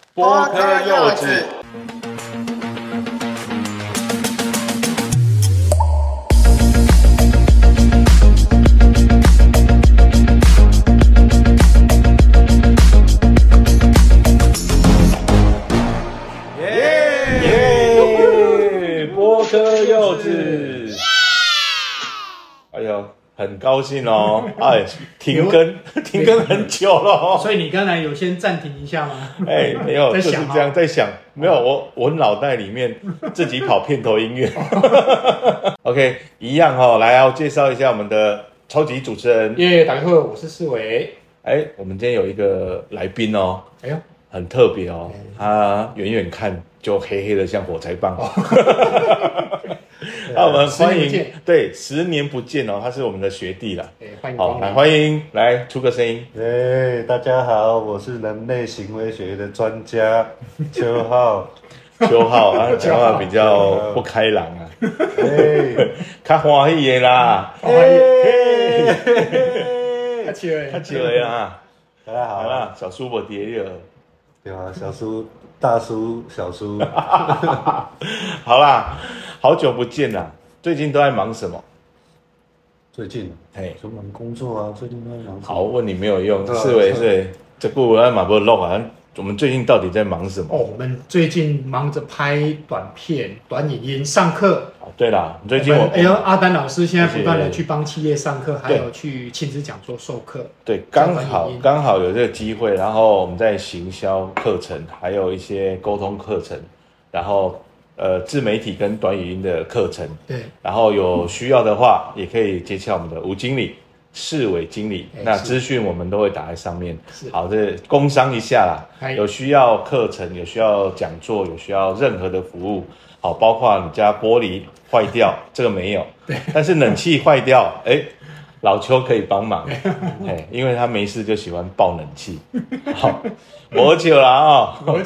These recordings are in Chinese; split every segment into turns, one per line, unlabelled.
播客柚子。
播客柚子，哎呦，很高兴哦！哎，停更很久了哦。
所以你刚才有先暂停一下吗？
哎，没有，就是这样在想。没有，我脑袋里面自己跑片头音乐。OK， 一样哦，来啊，我介绍一下我们的超级主持人。
耶，大家好，我是世伟。
哎，我们今天有一个来宾哦，
哎呦，
很特别哦，他远远看就黑黑的像火柴棒。那我们欢迎，对，10年不见哦，他是我们的学弟啦。
欢迎，
好，来欢迎，来出个声音。
大家好，我是人类行为学的专家邱浩。
邱浩，他讲话比较不开朗啊，较欢喜的啦。较笑的啦。
大家好
啦，小叔无跌了。
对啊，小叔、大叔、小叔。
好啦，好久不见啦，最近都在忙什么？
最近，就忙工作啊，最近都在忙什么？
好，问你没有用，四维，这部我要马不录啊。我们最近到底在忙什么？
我们最近忙着拍短片、短影音、上课。
对啦，最近
阿丹老师现在不断的去帮企业上课，还有去亲子讲座授课。
对，刚好有这个机会，然后我们在行销课程，还有一些沟通课程，然后自媒体跟短语音的课程。
对，
然后有需要的话，也可以接洽我们的吴经理。世伟经理，那资讯我们都会打在上面。好，这工商一下啦。有需要课程，有需要讲座，有需要任何的服务，好，包括你家玻璃坏掉，这个没有。对，但是冷气坏掉，老邱可以帮忙。因为他没事就喜欢爆冷气。好，没酒了啊！
没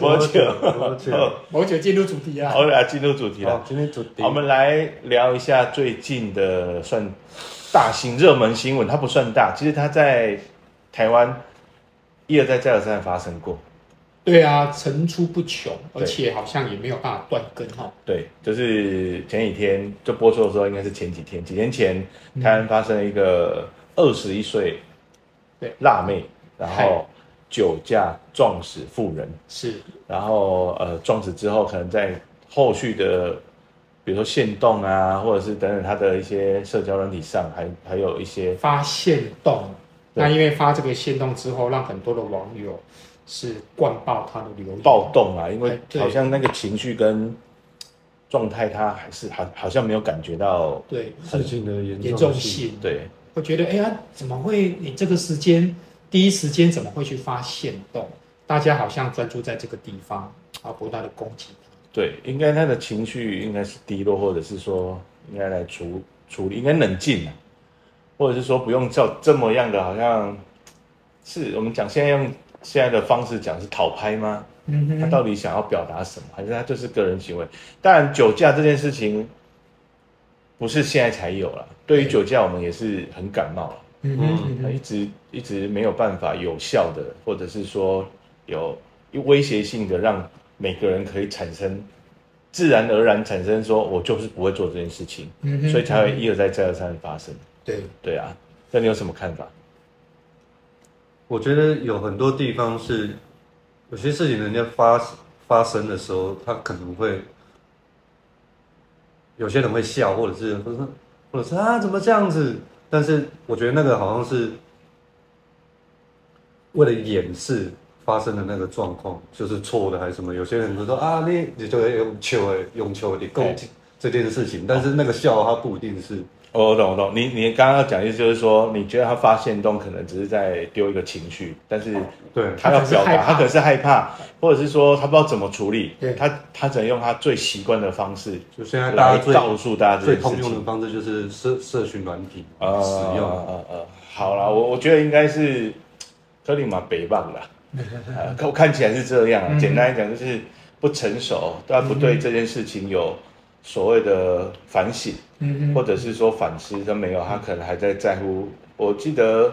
酒，进入主题啊！
好，来进入主题了。
今天主题，
我们来聊一下最近的算大型热门新闻，它不算大，其实它在台湾一而再再而三发生过。
对啊，层出不穷，而且好像也没有办法断根哈。
对，就是前几天就播出的时候，应该是前几天，几天前，台湾发生了一个21岁辣妹，然后酒驾撞死妇人，
是，
然后撞死之后，可能在后续的，比如说限动啊，或者是等等他的一些社交软体上，还有一些
发限动。那因为发这个限动之后，让很多的网友是灌爆他的留言，
暴动啊，因为好像那个情绪跟状态，他还是好像没有感觉到
事情的严
重性。
对，
我觉得怎么会你这个时间第一时间怎么会去发限动？大家好像专注在这个地方，不断的攻击他。
对，应该他的情绪应该是低落，或者是说应该来处理，应该冷静啊，或者是说不用叫这么样的，好像是我们讲现在的方式讲是讨拍吗？他到底想要表达什么？还是他就是个人行为？当然，酒驾这件事情不是现在才有了。对于酒驾，我们也是很感冒了。一直没有办法有效的，或者是说有威胁性的，让每个人可以自然而然产生说，我就是不会做这件事情，所以才会一而再再而三的发生。对啊，那你有什么看法？
我觉得有很多地方是有些事情人家发生的时候，他可能会有些人会笑，或者是怎么这样子？但是我觉得那个好像是为了掩饰发生的那个状况就是错的还是什么？有些人就说你就会用球的攻击这件事情，但是那个笑他不一定是。
我懂。你刚刚要讲的意思就是说，你觉得他发现动可能只是在丢一个情绪，但是他要表达，他可能是害怕，或者是说他不知道怎么处理，他只能用他最习惯的方式，
就现在大家
告诉大家
最通用的方式就是社群软体使用。
好啦，我觉得应该是克林马北棒啦，我看起来是这样，简单来讲就是不成熟，他不对这件事情有所谓的反省，或者是说反思都没有，他可能还在乎。我记得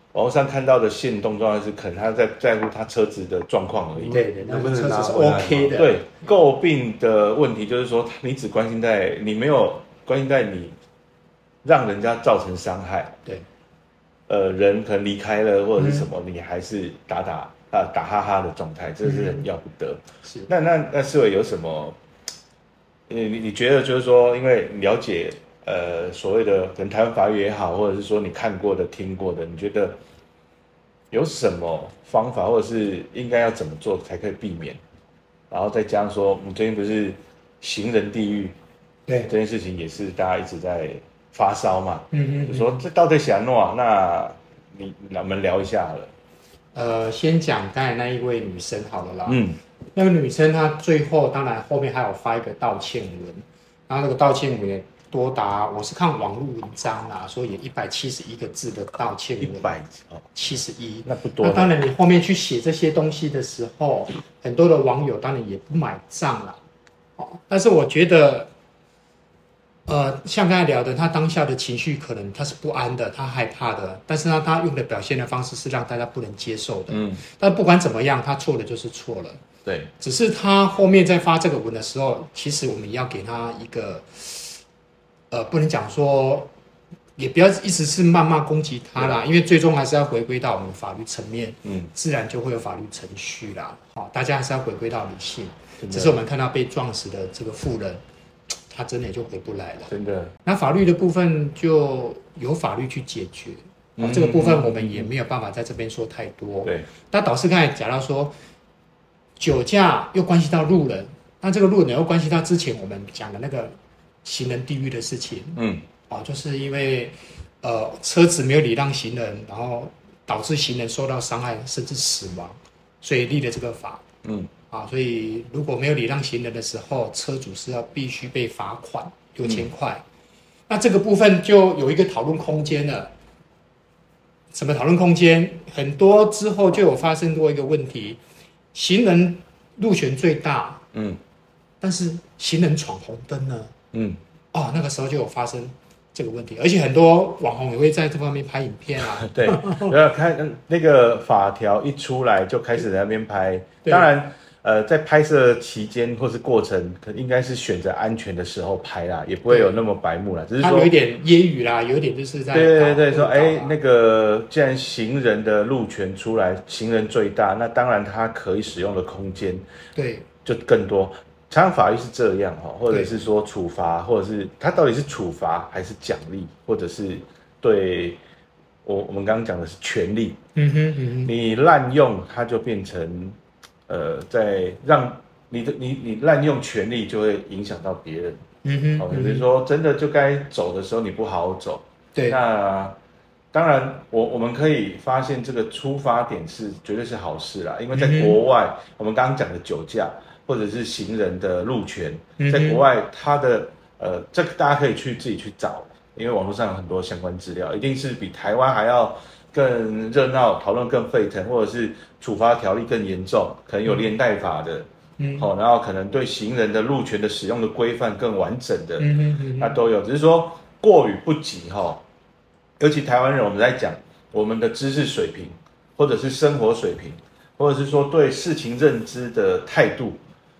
网络上看到的限动状态是，可能他在乎他车子的状况而已。
对，那
能不能
车子是
拿回来
OK 的。
对，诟病的问题就是说，你只关心在你没有关心在你让人家造成伤害。
对，
人可能离开了或者是什么，你还是打哈哈的状态，这是很要不得。
是。
那世伟有什么？你觉得就是说，因为了解所谓的可能台湾法律也好，或者是说你看过的、听过的，你觉得有什么方法，或者是应该要怎么做才可以避免？然后再加上说，我们最近不是行人地狱，
对
这件事情也是大家一直在发烧嘛，
就
说这到底想弄啊？那我们聊一下好了。
先讲刚才那一位女生好了啦。那个女生她最后当然后面还有发一个道歉文，然后那个道歉文也多达，我是看网络文章啦，所以也171个字的道歉文。171，
那不多。
那当然你后面去写这些东西的时候，很多的网友当然也不买账啦。但是我觉得，像刚才聊的，他当下的情绪可能他是不安的，他害怕的，但是呢，他用的表现的方式是让大家不能接受的。但不管怎么样，他错了就是错了。
对，
只是他后面在发这个文的时候，其实我们要给他一个，不能讲说，也不要一直是谩骂攻击他啦，因为最终还是要回归到我们法律层面，自然就会有法律程序啦。好，大家还是要回归到理性。只是我们看到被撞死的这个妇人，他真的就回不来了。
真的。
那法律的部分就由法律去解决。这个部分我们也没有办法在这边说太多。
对。
那导师刚才讲到说，酒驾又关系到路人，那这个路人又关系到之前我们讲的那个行人地狱的事情。就是因为车子没有礼让行人，然后导致行人受到伤害甚至死亡，所以立了这个法。所以如果没有礼让行人的时候，车主是必须被罚款6000块。那这个部分就有一个讨论空间了。什么讨论空间？很多之后就有发生过一个问题，行人路权最大，但是行人闯红灯呢，那个时候就有发生这个问题，而且很多网红也会在这方面拍影片啊。
对，然后看那个法条一出来就开始在那边拍，当然。在拍摄期间或是过程，可应该是选择安全的时候拍啦，也不会有那么白目啦。只是说
他有一点揶揄啦，有一点就是在
对说，那个既然行人的路权出来，行人最大，那当然他可以使用的空间
对
就更多。常常法律是这样哈，或者是说处罚，或者是他到底是处罚还是奖励，或者是对我们刚刚讲的是权利。你滥用，它就变成。在让你滥用权力，就会影响到别人。比如说真的就该走的时候，你不好好走。
对。
那当然，我们可以发现这个出发点是绝对是好事啦，因为在国外，我们刚刚讲的酒驾或者是行人的路权，在国外它的这个大家可以自己去找，因为网络上有很多相关资料，一定是比台湾还要。更热闹，讨论更沸腾，或者是处罚条例更严重，可能有连带法的，然后可能对行人的路权的使用的规范更完整的，那都有。只是说过与不及尤其台湾人，我们在讲我们的知识水平，或者是生活水平，或者是说对事情认知的态度，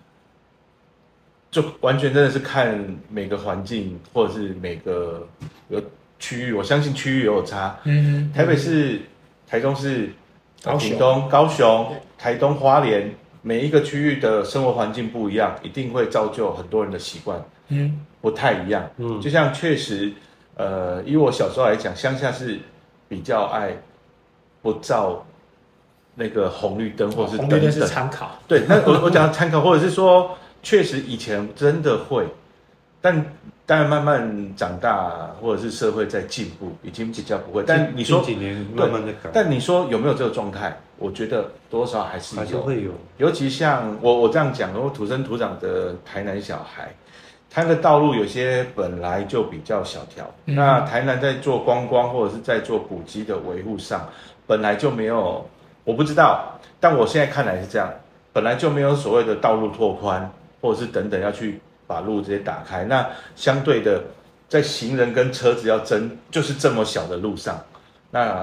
就完全真的是看每个环境，或者是每个区域，我相信区域也有差。台北市、台中市、屏东、高雄、台东、花莲，每一个区域的生活环境不一样，一定会造就很多人的习惯，不太一样。就像确实，以我小时候来讲，乡下是比较爱不照那个红绿灯，或者是
红绿灯是参考。
对，那我讲参考，或者是说，确实以前真的会，但。当然，慢慢长大，或者是社会在进步，已经比较不会。但你说
近几年慢慢的改，
但你说有没有这个状态？我觉得多少还是
会有。
尤其像我这样讲，我土生土长的台南小孩，它的道路有些本来就比较小条。那台南在做观光或者是在做古迹的维护上，本来就没有，我不知道，但我现在看来是这样，本来就没有所谓的道路拓宽，或者是等等要去。把路直接打开，那相对的，在行人跟车子要争，就是这么小的路上，那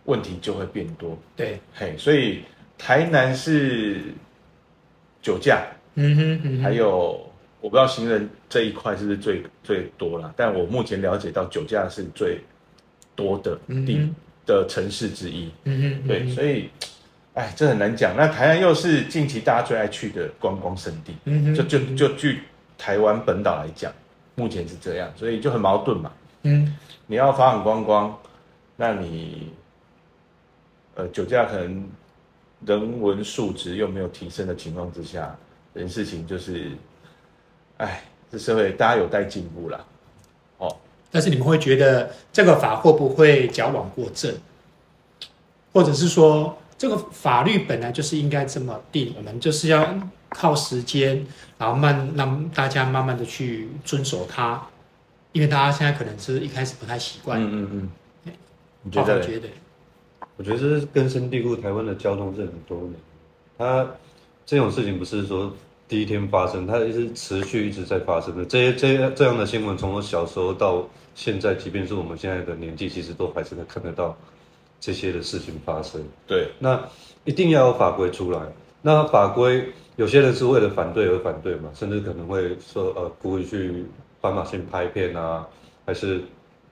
问题就会变多。
对，
嘿，所以台南是酒驾，还有我不知道行人这一块是不是最多了，但我目前了解到酒驾是最多的的城市之一。对，所以，哎，这很难讲。那台南又是近期大家最爱去的观光胜地，就据台湾本岛来讲，目前是这样，所以就很矛盾嘛。你要发展观光，那你酒驾可能人文素质又没有提升的情况之下，人事情就是，哎，这社会大家有待进步啦。
但是你们会觉得这个法会不会矫枉过正，或者是说这个法律本来就是应该这么定，我们就是要靠时间，然后让大家慢慢的去遵守它，因为大家现在可能是一开始不太习惯。
你觉得？
我觉得这是根深蒂固，台湾的交通是很多年，它这种事情不是说第一天发生，它是持续一直在发生的。这样的新闻，从我小时候到现在，即便是我们现在的年纪，其实都还是能看得到这些的事情发生。
对，
那一定要有法规出来。那法规有些人是为了反对而反对嘛，甚至可能会说故意去斑马线拍片啊，还是。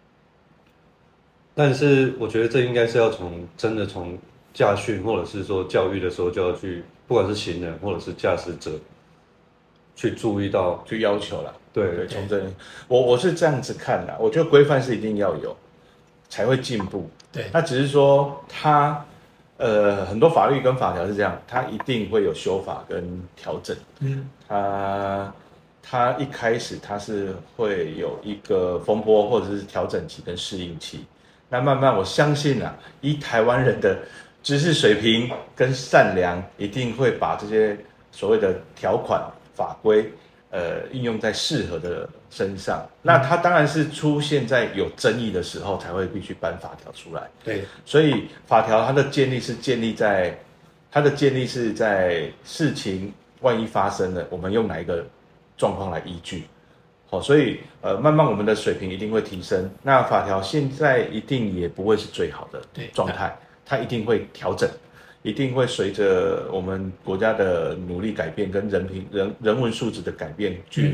但是我觉得这应该是要真的从驾训或者是说教育的时候就要去，不管是行人或者是驾驶者，去注意到，
去要求啦。
对，
从这里，我是这样子看的，我觉得规范是一定要有，才会进步。
对，
那只是说它很多法律跟法条是这样，它一定会有修法跟调整。它一开始它是会有一个风波或者是调整期跟适应期。那慢慢，我相信啊，以台湾人的知识水平跟善良，一定会把这些所谓的条款法规，应用在适合的身上。那它当然是出现在有争议的时候，才会必须颁法条出来。
对，
所以法条它的建立是在事情万一发生了，我们用哪一个状况来依据。所以慢慢我们的水平一定会提升。那法条现在一定也不会是最好的状态，它一定会调整，一定会随着我们国家的努力改变跟人文素质的改变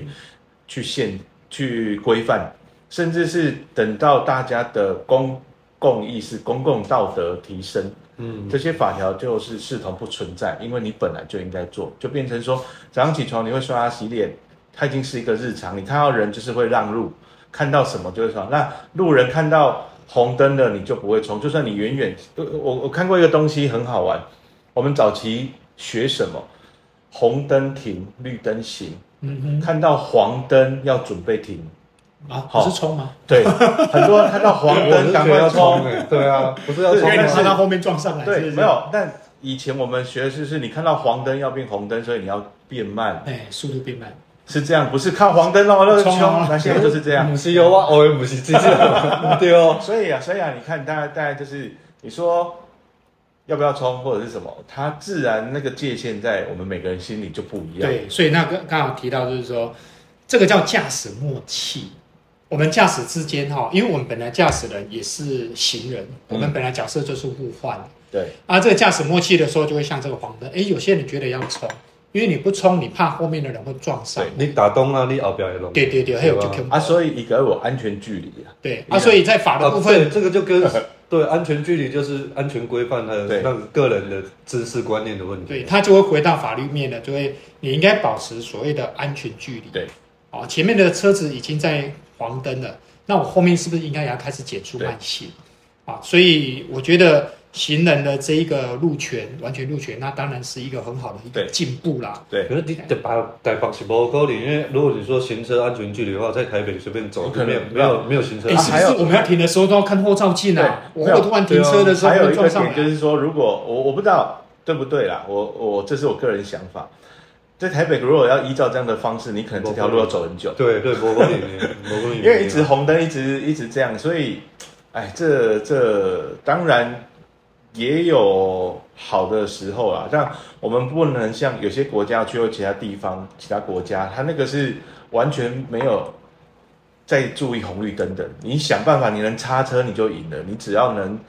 去规范，甚至是等到大家的公共意识、公共道德提升，这些法条就是视同不存在，因为你本来就应该做，就变成说早上起床你会刷牙洗脸。它已经是一个日常，你看到人就是会让路，看到什么就会闯。那路人看到红灯了，你就不会冲，就算你远远。我看过一个东西很好玩，我们早期学什么？红灯停，绿灯行。看到黄灯要准备停。
不是冲吗？
对，很多人看到黄灯赶快冲。
对啊，不是要冲吗？
因为你怕他后面撞上来。
对，没有，但以前我们学的是你看到黄灯要变红灯，所以你要变慢。
速度变慢。
是这样，不是看黄灯那冲，那现在就是这样。
不是有啊，不是这样，对哦。
所以啊，你看，大概就是你说要不要冲或者是什么，它自然那个界限在我们每个人心里就不一样。
对，所以那个刚好提到就是说，这个叫驾驶默契。我们驾驶之间因为我们本来驾驶人也是行人，我们本来角色就是互换。
对
这个驾驶默契的时候，就会像这个黄灯，有些人觉得要冲。因为你不冲，你怕后面的人会撞上。
你打东啊，你后边也弄。
对，还有就
所以一个有安全距离啊。
对所以在法的部分，
这个就跟对安全距离就是安全规范，还有那个个人的知识观念的问题。
对，它就会回到法律面的，就会你应该保持所谓的安全距离。
对，
前面的车子已经在黄灯了，那我后面是不是应该也要开始减速慢行？所以我觉得。行人的这一个路权，完全路权，那当然是一个很好的一个进步啦。
对，
可是你台北是不可能，因为如果你说行车安全距离的话，在台北随便走，没有行车。
是不是我们要停的时候都要看后照镜啊？我突然停车的时候
还有一个
点
就是说，如果我不知道对不对啦，这是我个人想法。在台北，如果要依照这样的方式，你可能这条路要走很久。
对，不可能，
因为一直红灯，一直这样，所以，这当然。也有好的时候啦，但我们不能像有些国家去过其他地方、其他国家，它那个是完全没有在注意红绿灯的。你想办法，你能刹车你就赢了，你只要能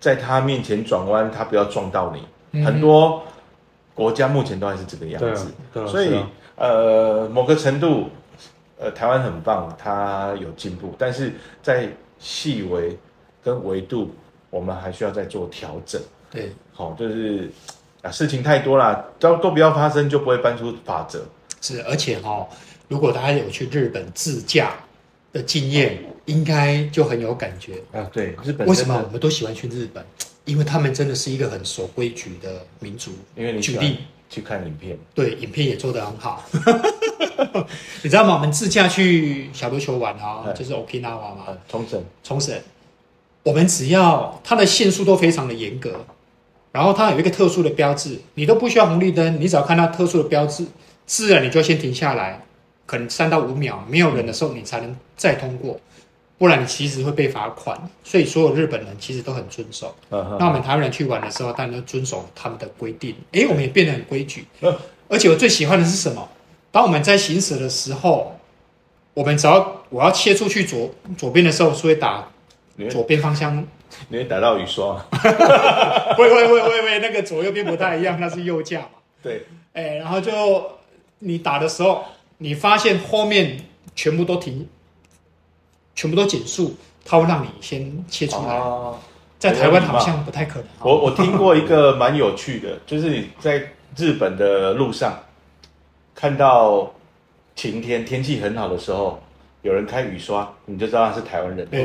在他面前转弯，他不要撞到你。很多国家目前都还是这个样子，所以某个程度，台湾很棒，它有进步，但是在细微跟维度，我们还需要再做调整。
对，
好，就是事情太多啦，都不要发生，就不会搬出法则。
是，而且如果大家有去日本自驾的经验，应该就很有感觉
啊。对，日本
为什么我们都喜欢去日本？因为他们真的是一个很守规矩的民族。
因为你
举例
去看影片，
对，影片也做得很好。你知道吗？我们自驾去小琉球玩就是 Okinawa 嘛，冲绳。我们只要它的限速都非常的严格，然后它有一个特殊的标志，你都不需要红绿灯，你只要看到特殊的标志，自然你就先停下来，可能3到5秒，没有人的时候你才能再通过，不然你其实会被罚款。所以所有日本人其实都很遵守。那我们台湾人去玩的时候，当然都遵守他们的规定。我们也变得很规矩。而且我最喜欢的是什么？当我们在行驶的时候，我要切出去左边的时候，是会打左边方向。
你会打到雨刷？
会，那个左右边不太一样，那是右驾嘛。
对。
然后就你打的时候，你发现后面全部都停，全部都减速，它会让你先切出来。在台湾好像不太可能。
我听过一个蛮有趣的，就是你在日本的路上看到晴天，天气很好的时候，有人开雨刷，你就知道他是台湾人。
对，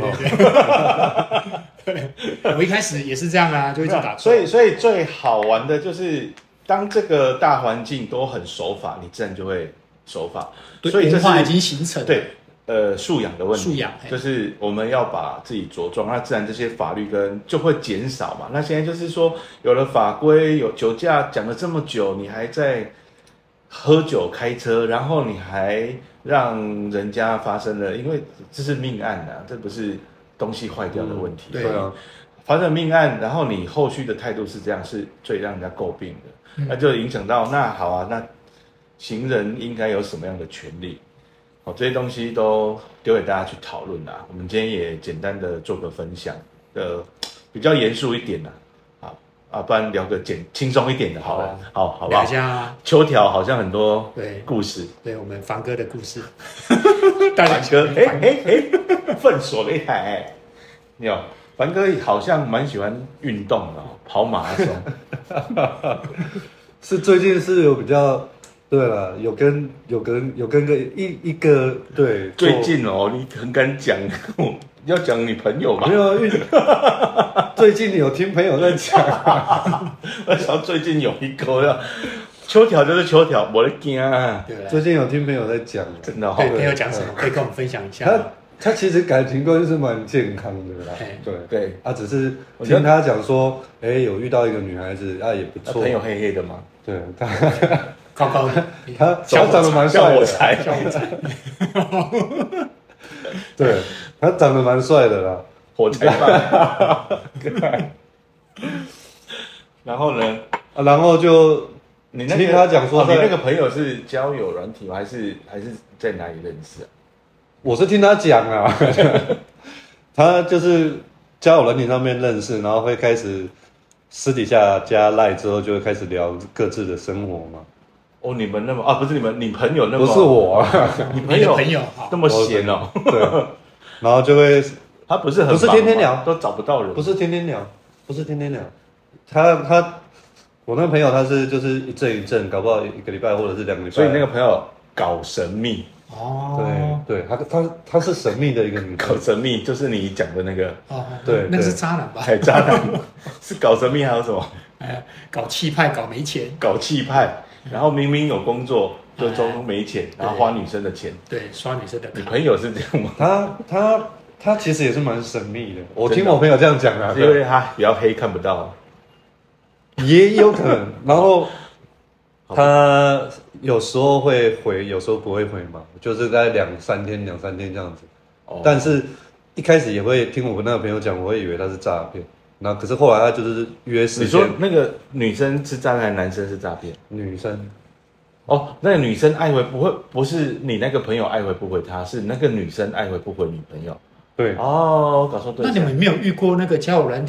我一开始也是这样啊，就一直打。
所以最好玩的就是，当这个大环境都很守法，你自然就会守法。所以这是
文化已经形成。
对。素养的问题，
素养
就是我们要把自己茁壮，那自然这些法律就会减少嘛。那现在就是说，有了法规，有酒驾讲了这么久，你还在喝酒开车，然后你还让人家发生了，因为这是命案啊，这不是东西坏掉的问题。
对啊，
发生命案，然后你后续的态度是这样，是最让人家诟病的，那就影响到那好啊，那行人应该有什么样的权利？这些东西都丢给大家去讨论啦。我们今天也简单的做个分享，比较严肃一点啦，不然聊个轻松一点的，好了，好不好？秋条好像很多故事，
对我们凡哥的故事，
凡哥，粪所的一台，有凡哥好像蛮喜欢运动的，跑马拉松，
是最近是有比较。对了，有跟一个对，
最近你很敢讲，要讲你朋友吧？
没有，最近有听朋友在讲，
我想最近有一个秋条就是秋条，我的惊啊！
最近有听朋友在讲，
真的，
朋友讲什么可以跟我们分享一下。
他其实感情观是蛮健康的啦，对，只是听他讲说，有遇到一个女孩子也不错，
朋友黑黑的吗？
对，
高高的，
他长得蛮帅的，
像我才，
对，他长得蛮帅的啦，
火柴棒。然后呢？
然后就
你
听他讲说，
你那个朋友是交友软体吗？还是在哪里认识啊？
我是听他讲啊，他就是交友软体上面认识，然后会开始私底下加赖之后，就会开始聊各自的生活嘛。
你们那么不是你朋友那么
不是我
你朋友那么闲
对，然后就会
他不是
天天聊，
都找不到人，
不是天天聊，我那个朋友他是就是一阵，搞不好1个礼拜或者是2个礼拜，
所以那个朋友搞神秘。
对，他是神秘的一个女
搞神秘，就是你讲的那个
对，那是渣男吧？
渣男是搞神秘，还有什么？
搞气派，搞没钱，
搞气派，然后明明有工作，就装没钱，然后花女生的钱，
对，刷女生的。
你朋友是这样吗？
他其实也是蛮神秘的，我听我朋友这样讲啊，
因为他比较黑，看不到，
也有可能。然后他有时候会回，有时候不会回嘛，就是在两三天这样子。但是一开始也会听我那个朋友讲，我会以为他是诈骗。然后可是后来他就是约时间。
你说那个女生是诈骗，还是男生是诈骗？
女生。
那个女生爱回不是你那个朋友爱回不回他，是那个女生爱回不回女朋友。
对。
搞错对。
那你们没有遇过那个交友软体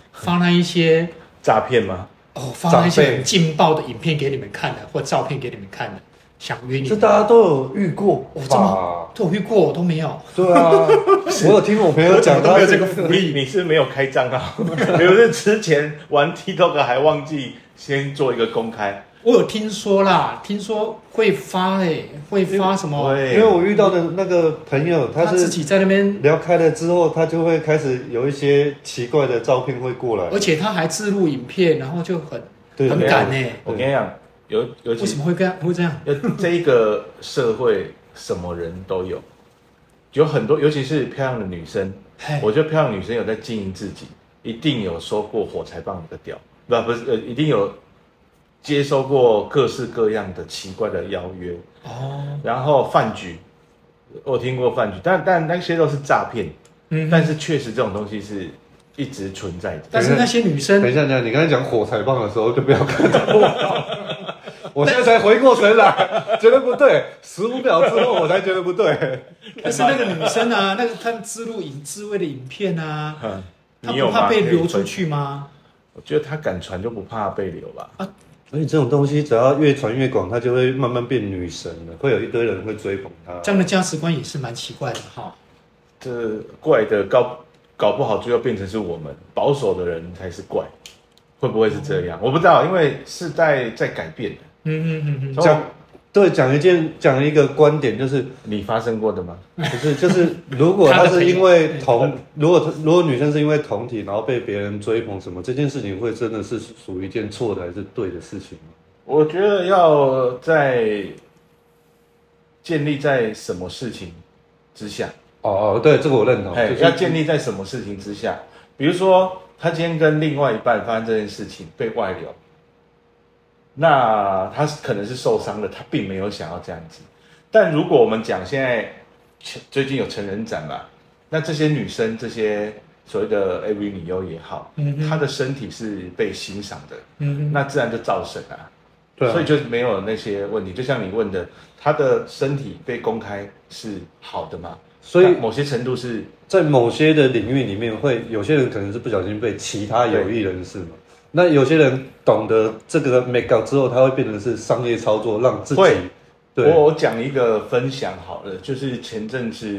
发那一些
诈骗吗？
发那些很劲爆的影片给你们看的，或照片给你们看的，想约你们。
这大家都有遇过吧？
都有遇过，我都没有。
对啊，我有听我朋友讲，
都没有这个福利。
你是没有开账号，比如是之前玩 TikTok 还忘记先做一个公开。
我有听说啦，听说会发会发什么？
因为我遇到的那个朋友，他是
自己在那边
聊开了之后，他就会开始有一些奇怪的照片会过来，
而且他还置入影片，然后就很赶
我跟你讲，为
什么会这样？
这一个社会什么人都有，有很多，尤其是漂亮的女生，我觉得漂亮女生有在经营自己，一定有收过火柴棒的屌，不是一定有。接收过各式各样的奇怪的邀约然后饭局，我听过饭局，但那些都是诈骗，但是确实这种东西是一直存在的。
但是那些女生，
等一下，你刚才讲火柴棒的时候就不要看着我现在才回过神来，觉得不对，15秒之后我才觉得不对。
但是那个女生啊，那个她自录自慰的影片啊，她
不
怕被流出去吗？
我觉得她敢传就不怕被流吧。
而且这种东西只要越传越广，它就会慢慢变女神了，会有一堆人会追捧她。
这样的价值观也是蛮奇怪的哈。
这怪的搞不好最后变成是我们保守的人才是怪，会不会是这样？我不知道，因为世代在改变。
讲一个观点，就是
你发生过的吗？
不是，就是如果他是因为如果女生是因为同体，然后被别人追捧什么，这件事情会真的是属于一件错的还是对的事情吗？
我觉得要在建立在什么事情之下？
对，这个我认同。
要建立在什么事情之下？比如说，他今天跟另外一半发生这件事情被外流。那他可能是受伤了，他并没有想要这样子。但如果我们讲现在最近有成人展嘛，那这些女生这些所谓的 AV 女优也好，她的身体是被欣赏的，那自然就造神啊。对，所以就没有那些问题。就像你问的，她的身体被公开是好的嘛？所以某些程度是
在某些的领域里面，会有些人可能是不小心被其他有意人士嘛。那有些人懂得这个 make up 之后，他会变成是商业操作，让自己。
对，我讲一个分享好了，就是前阵子，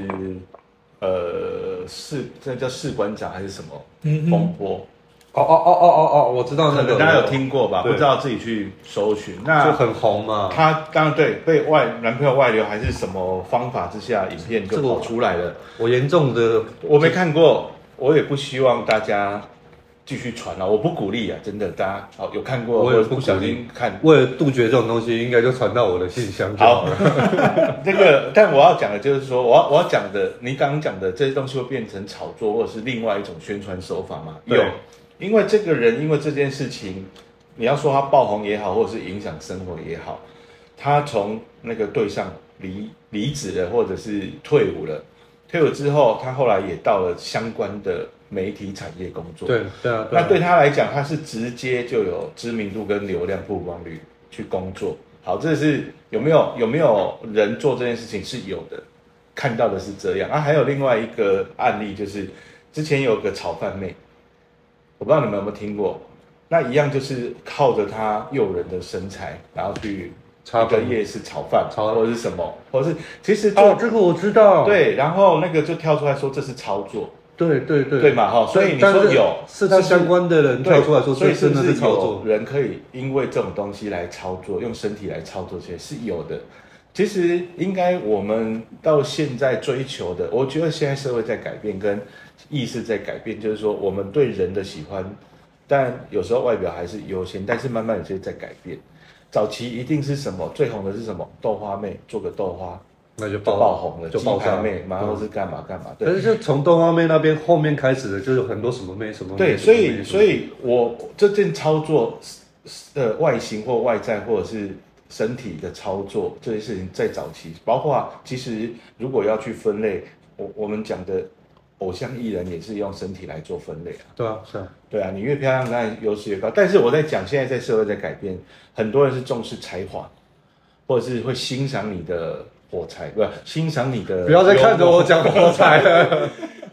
这叫士官长还是什么风波？
我知道那个，
大家有听过吧？不知道自己去搜寻，那
就很红嘛。
他当然对被男朋友外流还是什么方法之下，影片就跑出来了。
我严重的
我没看过，我也不希望大家。继续传我不鼓励啊，真的，大家有看过，
我也
不小心看。
为了杜绝这种东西，应该就传到我的信箱就好了。
这个，但我要讲的就是说，我要讲的，你刚刚讲的这些东西会变成炒作，或者是另外一种宣传手法吗？有，因为这个人因为这件事情，你要说他爆红也好，或者是影响生活也好，他从那个队上离职了，或者是退伍了。退伍之后，他后来也到了相关的媒体产业工作。
对啊。
那对他来讲，他是直接就有知名度跟流量曝光率去工作。好，这是有没有人做这件事情是有的，看到的是这样。还有另外一个案例，就是之前有个炒饭妹，我不知道你们有没有听过。那一样就是靠着她诱人的身材，然后去。一个夜市炒饭，或者是什么，或者是其实
这个我知道，
对，然后那个就跳出来说这是操作，
对
嘛所以你说
是他相关的人跳出来说，
所以
真的是操作，
有人可以因为这种东西来操作，用身体来操作这些是有的。其实应该我们到现在追求的，我觉得现在社会在改变，跟意识在改变，就是说我们对人的喜欢，但有时候外表还是优先，但是慢慢有些在改变。早期一定是什么最红的是什么豆花妹，做个豆花
那就
爆红了，
就爆炸
妹，然后是干嘛，对。
可是就从豆花妹那边后面开始的，就是很多什么妹什么妹。
对，所以我这件操作外形或外在或者是身体的操作这些事情，在早期，包括其实如果要去分类，我们讲的。偶像艺人也是用身体来做分类啊。
对啊，是啊。
对啊，你越漂亮，当然优势越高。但是我在讲，现在在社会在改变，很多人是重视才华，或者是会欣赏你的火柴，不欣赏你的。
不要再看着我讲火柴了。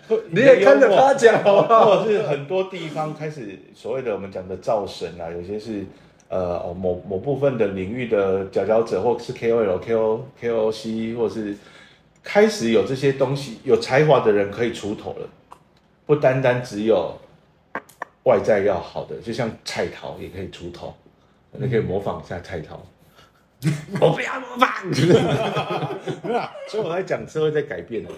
你也看着他讲好不好？
或者是很多地方开始所谓的我们讲的造神啊，有些是某部分的领域的佼佼者，或是 KOL、KOC， 或是开始有这些东西，有才华的人可以出头了，不单单只有外在要好的，就像蔡桃也可以出头，你可以模仿一下蔡桃。我不要模仿，所以我在讲社会在改变的啦。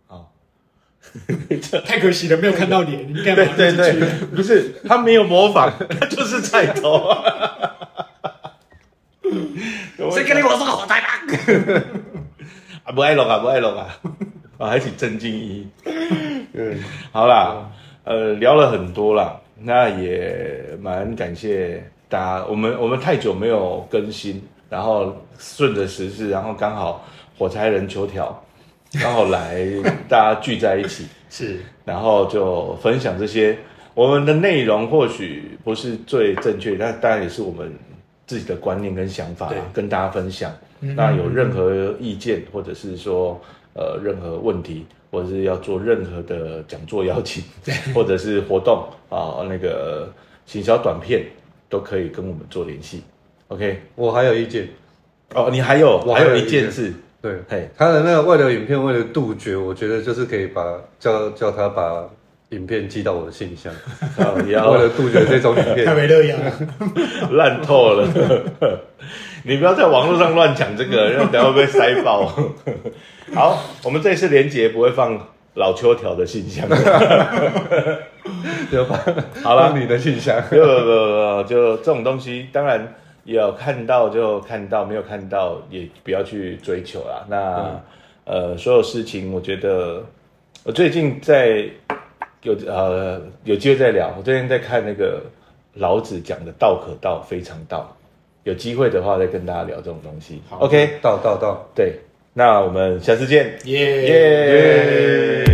太可惜了，没有看到脸，你应该
对，不是他没有模仿，他就是菜头。谁跟你我说火柴棒？不爱录啊，还是郑敬一。好啦，聊了很多啦，那也蛮感谢大家。我们太久没有更新，然后顺着时事，然后刚好火柴人球条。刚好来，大家聚在一起，
是，
然后就分享这些我们的内容，或许不是最正确，但当然也是我们自己的观念跟想法跟大家分享。那有任何意见，或者是说任何问题，或者是要做任何的讲座邀请，或者是活动啊，那个行销短片，都可以跟我们做联系。OK，
我还有意见
哦，你还有一件事。
对，他的那个外流影片为了杜绝，我觉得就是可以叫他把影片寄到我的信箱，为了杜绝这种影片，
太没乐样了，
烂透了。你不要在网络上乱讲这个，要等下会被塞爆。好，我们这次连结不会放老秋条的信箱，
就
好了，
你的信箱，
就这种东西，当然。有看到就看到，没有看到也不要去追求啦。那所有事情，我觉得我最近在有机会再聊。我最近在看那个老子讲的“道可道，非常道”，有机会的话再跟大家聊这种东西。OK，
道，
对，那我们下次见，
耶。